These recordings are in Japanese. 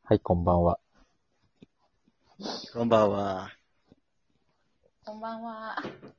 はい、こんばんは。 こんばんは。 こんばんは。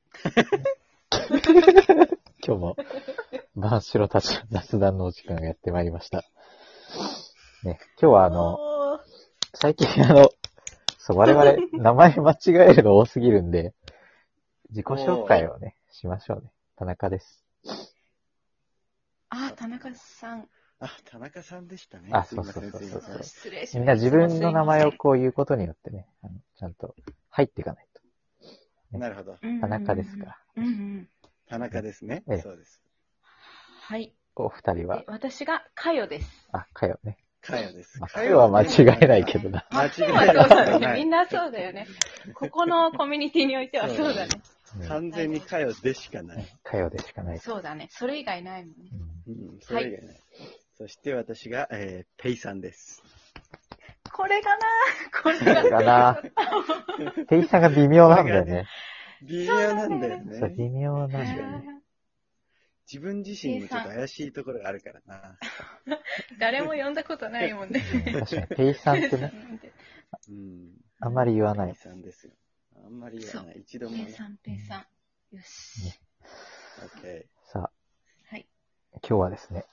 今日も、真っ白たちの雑談のお時間がやってまいりました。ね、今日は最近そう、我々、名前間違えるの多すぎるんで、自己紹介をね、しましょうね。田中です。 あ、田中さん。 あ、田中さんでしたね。 あ、 すいません、 そうそうそうそうすいません。 失礼しました。 みんな自分の名前をすいこう言うことによってね、ちゃんと入っていかないと。 なるほど。 田中ですから。 ません。うんうん。 田中ですね。 ええそうです。 はい。 お二人はで、、私がかよです。 あ、かよね。 かよです。 まあ、かよは間違えないけどな。 間違えまあそうだね。 ない。 みんなそうだよね。ここのコミュニティにおいてはそうだね。 完全にかよでしかない。 かよでしかない。 そうだね。それ以外ないもんね。 それ以外ない。そして私が、ペイさんです。 これかなこれだかな。ペイさんが微妙なんだよね。 微妙なんだよそう、 ね。 微妙なんだよね。 自分自身にもちょっと怪しいところがあるからな。 誰も呼んだことないもんね。 確かに、ペイさんってね、あんまり言わないペイ。さんですよ。あんまり言わない。一度もね。 ペイさん、ペイさん。よし。 オッケさあ、 はい。 今日はですね、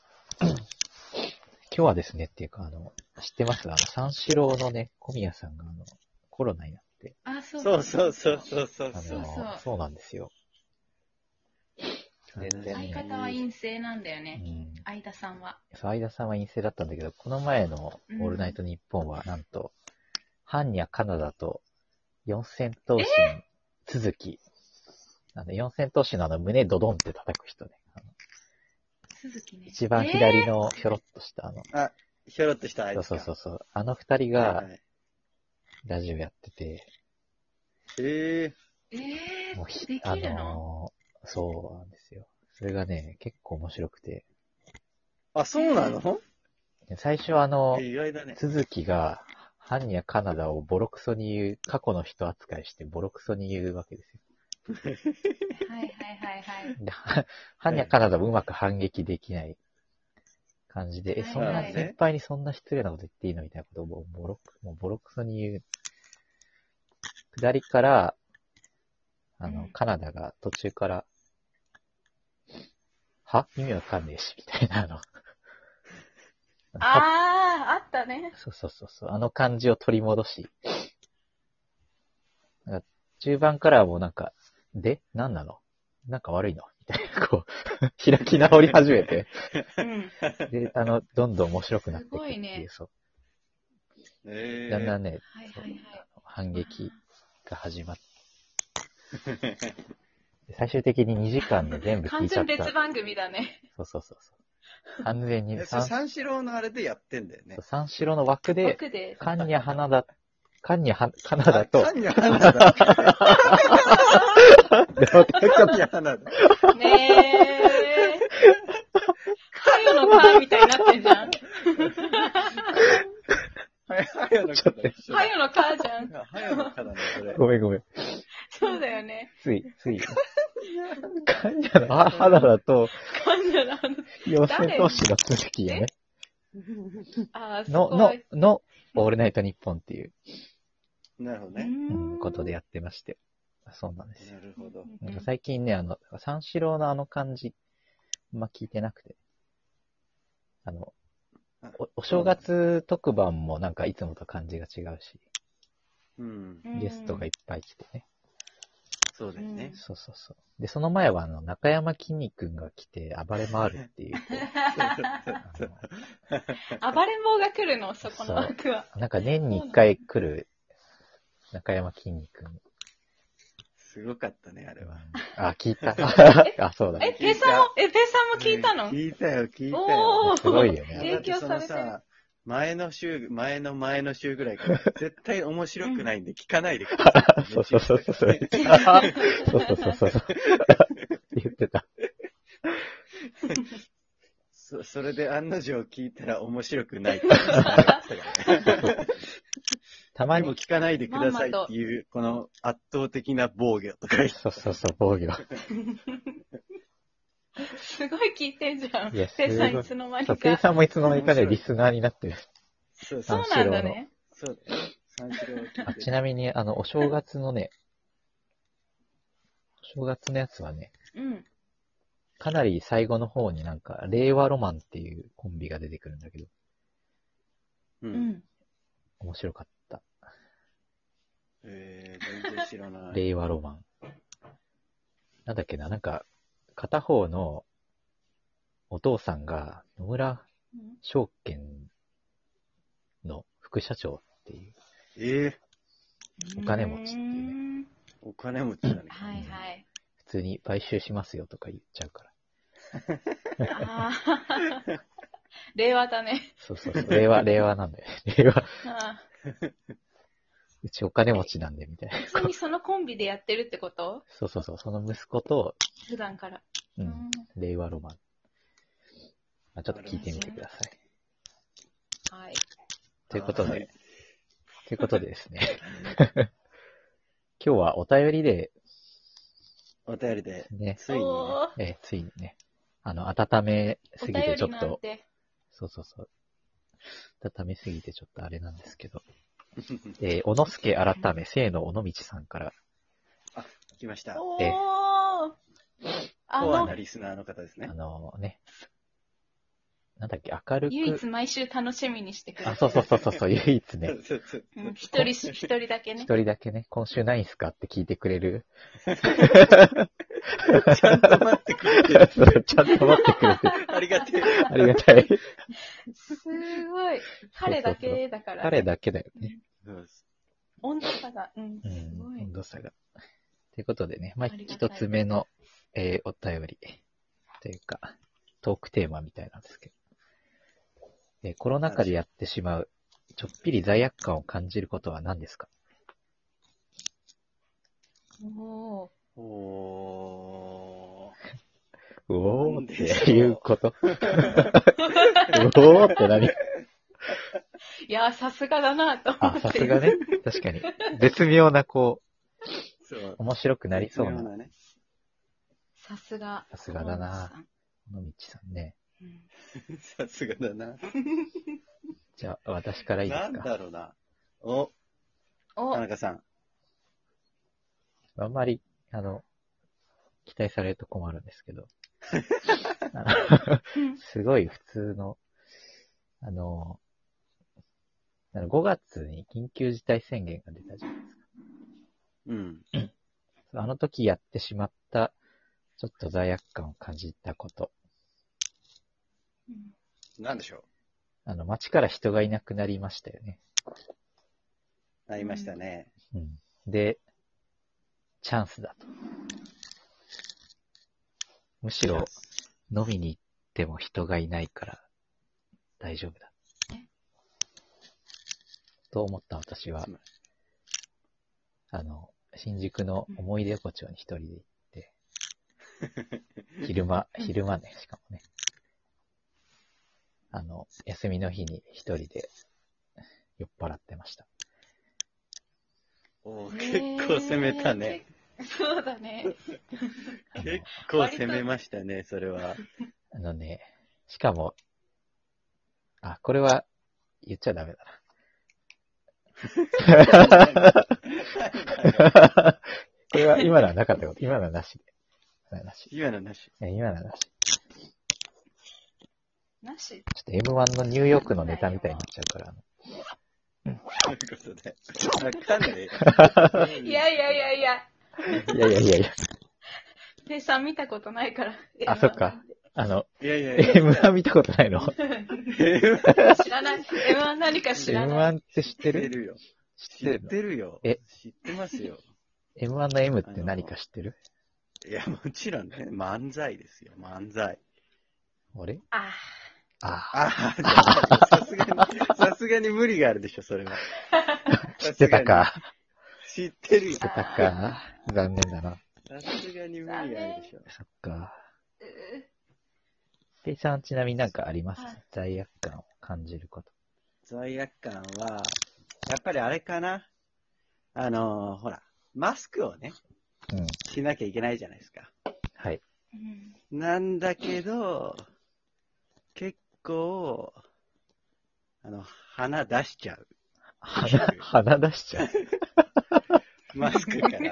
っていうか、知ってます三四郎のね、小宮さんがコロナになって。 あ、そー。 うそう。 そうなんですよ。全然相方は陰性なんだよね。 うん。 相田さんは。 そう、相田さんは陰性だったんだけど、この前のオールナイトニッポンは、なんと、ハンニャカナダと四千頭身続き。四千頭身の胸ドドンって叩く人ね。 鈴木ね。 一番左のひょろっとしたあ、ひょろっとしたあいつか。 そう。あの二人がはいはいラジオやってて、もうできるの？ そうなんですよ。それがね、結構面白くて。 あ、そうなの？ 最初意外だね。 続きが、ハンニャカナダをボロクソに言う、過去の人扱いしてボロクソに言うわけですよ。 はい。 でハンニャカナダもうまく反撃できない感じで、 はいそんな先輩にそんな失礼なこと言っていいのみたいなことをもうボロクソに言う。下りから、カナダが途中から、意味わかんねえし、みたいなあったね。 そう。あの感じを取り戻し、なんか中盤からはもうなんか、何なのなんか悪いのみたいな、こう、開き直り始めて、で、どんどん面白くなっていくっていう、 すごいねそう。だんだんね、 はい。 反撃が始まって、最終的に2時間で全部聞完いちゃった。 全別番組だね。 そう。完全に三四郎のあれでやってんだよね。 三四郎の枠で、カンニャカナダと、 カンニャ花だ。 カンニャ花だ。 ねかよのかみたいになってんじゃん。 はよのかだ。 かよのかじゃん。 はよのかだね、それ。 ごめん。 そうだよね。 つい。カンニャの花だと、 かんじゃな。 四千頭身の続きがね、 すごい。 の、オールナイトニッポンっていう、 なるほどね。 ことでやってまして。そうなんですよ。 なるほど。 なんか最近ね、三四郎のあの感じ、聞いてなくて。お正月特番もなんかいつもと感じが違うし、ゲストがいっぱい来てね。 そうだよね。 そう。で、その前は中山きんに君が来て暴れ回るっていう。 暴れん坊が来るの、そこの枠は。 なんか年に1回来る中山きんに君。 すごかったね、あれは。 聞いた。そうだ。 ペイさんも聞いたの？ 聞いたよ。 すごいよね。 提供されてる。 前の週ぐらいから絶対面白くないんで聞かないでください。 そう。言ってた。 それで案の定聞いたら面白くない。 たまにも聞かないでくださいっていう、この圧倒的な防御とか言って。 そう、防御。 すごい聞いてんじゃん。 いや、 ペイさんいつの間にか。 ペイさんもいつの間にかね、リスナーになってる。 そうそうなんだね。 そうだよ。三四郎を聞いてあちなみに、お正月のね、お正月のやつはね、 うん。 かなり最後の方になんか、令和ロマンっていうコンビが出てくるんだけど、 う。 うんん。 面白かった。 全然知らない。 令和ロマン。なんだっけな、なんか、片方のお父さんが野村証券の副社長っていう、お金持ちっていうね。 お金持ちだね。 はいはい。 普通に買収しますよとか言っちゃうから。 ああ。令和だね。 そうそうそう。令和なんだよね。令和。 あうちお金持ちなんで、みたいな。 普通にそのコンビでやってるってこと？ そうそうそう。その息子と、 普段から。 うん、令和ロマン。まあ、ちょっと聞いてみてください。 はい。 ということはいで、ですね。今日はお便りでお便りで、 ね、 ついにね、 おー、 ついにね、温めすぎお便りてちょっと、 なんて。 そうそうそう。温めすぎてちょっとあれなんですけど、小野助改め、清野尾道さんから、 来ました。 おえー。 コアなリスナーの方ですね。 ね、なんだっけ、明るく、 唯一毎週楽しみにしてくれてる。 そう、唯一ね、 そうそううん一人だけね一。人だけね、今週ないんすかって聞いてくれる。 ちゃんと待ってくれてる。 そうちゃんと待ってくれてる。 ありがてえ。 ありがたい。 すごい。彼だけだから。 彼だけだよね。 そうです温度差が。うん。すうん、 ごい。 温度差が。ということでね、まあ、 ありがたい一つ目の、お便りというか、トークテーマみたいなんですけど、コロナ禍でやってしまう、ちょっぴり罪悪感を感じることは何ですか？ おー。 おおーっなんでしょうていうことおーって何？ いやー、さすがだなと思あ、 って。 さすがね。確かに。絶妙な、こう、 そう。 面白くなりそうな。 絶妙ね。 さすが。 さすがだな小野野道さんね。 さん。うんさすがだな。 じゃあ、私からいいでなんすか？ だろうな。お、 お田、中さん。 あんまり、期待されると困るんですけど。すごい普通の、5月に緊急事態宣言が出たじゃないですか。 うん。 あの時やってしまった、ちょっと罪悪感を感じたこと。 うんなんでしょ街から人がいなくなりましたよね。 う。なりましたね。 うん。で、チャンスだと。むしろ、飲みに行っても人がいないから、大丈夫だ。と思った私は、新宿の思い出横丁に一人で行って、昼間ね、しかもね。休みの日に一人で酔っ払ってました。 お結構攻めたね。 そうだね。 結構攻めましたね、それは。 しかも、これは言っちゃダメだな。これは今のはなかったこと。今のはなしで。 今のなし。 今のはなし。 なし。 ちょっと M1 のニューヨークのネタみたいになっちゃうから。 そういうことで。わかんない。 いや。 いや。 ペイさん見たことないから。 そっか。 いや。 M1 見たことないの？ 知らない。M1 何か知らない。 M1 って知ってる？ 知ってるよ。 知ってるの？ 知ってるよ。 え知ってますよ。 M1 の M って何か知ってる？ いや、もちろんね、漫才ですよ、漫才。 あれ？ あさすがに無理があるでしょ、それは。 知ってたか。 知ってるよ。 知ってたか。残念だな。 さすがに無理があるでしょ。 そっか。ペイさんちなみになんかあります？罪悪感を感じること。 罪悪感は、やっぱりあれかな。ほら、マスクをね、 うん。 しなきゃいけないじゃないですか。 はい。 うんなんだけど、結構、 鼻出しちゃう。 鼻出しちゃう。 マスクから。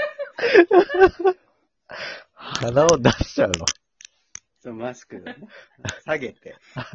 鼻を出しちゃうの。 そう、マスクをね、下げて。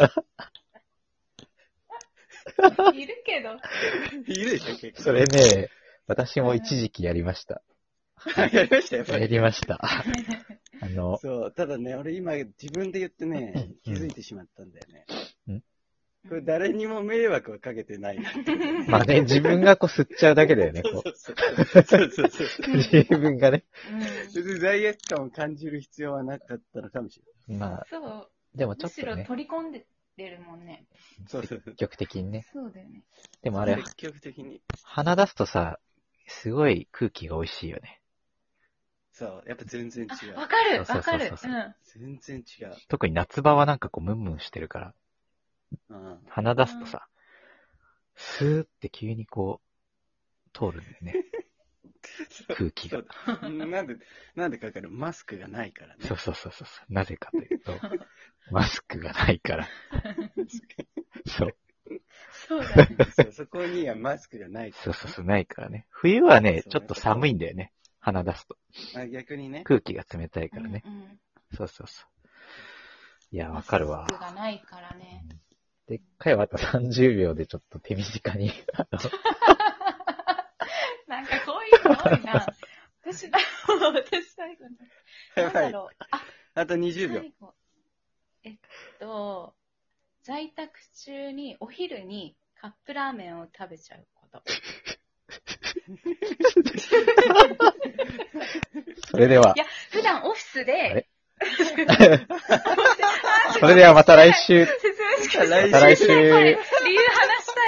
いるけど。 いるでしょ、結構。 それね、私も一時期やりました。 やりましたよ、やっぱり。 やりました。 そう、ただね、俺今自分で言ってね、気づいてしまったんだよね。これ誰にも迷惑はかけてないなって。 まあね、自分がこう吸っちゃうだけだよね、こう。 そう。 自分がね。 別に罪悪感を感じる必要はなかったのかもしまあ、 そう。 でもちょむしろっとね、 取り込んでるもんね。 れない。 積極的にね。 そうだよね。 でもあれ、 積極的に。 鼻出すとさ、すごい空気が美味しいよね。 そう、やっぱ全然違う。 わかるそうわかる。 そうそうそう全然違う。 特に夏場はなんかこうムンムンしてるから、 うん。 鼻出すとさ、スーって急にこう、通るんだよね。空気が。 なんでかわかる？マスクがないからね。 そうそう。なぜかというと、マスクがないから。そう。 そうだね。 そう、そこにはマスクがないから。 そう、ないからね。冬はね、 そうちょっと寒いんだよね。鼻出すと。 逆にね。 空気が冷たいからね。 うんそう。いや、わかるわマス。クがないからね。 でっかいはあと30秒でちょっと手短に、 なんかこういうの多いな。私最後に。なんやばい。 だろう。 あと20秒。 最後。在宅中にお昼にカップラーメンを食べちゃうこと。 それでは。 いや、普段オフィスで、 それではまた来週。 説明しかまた来週。 理由話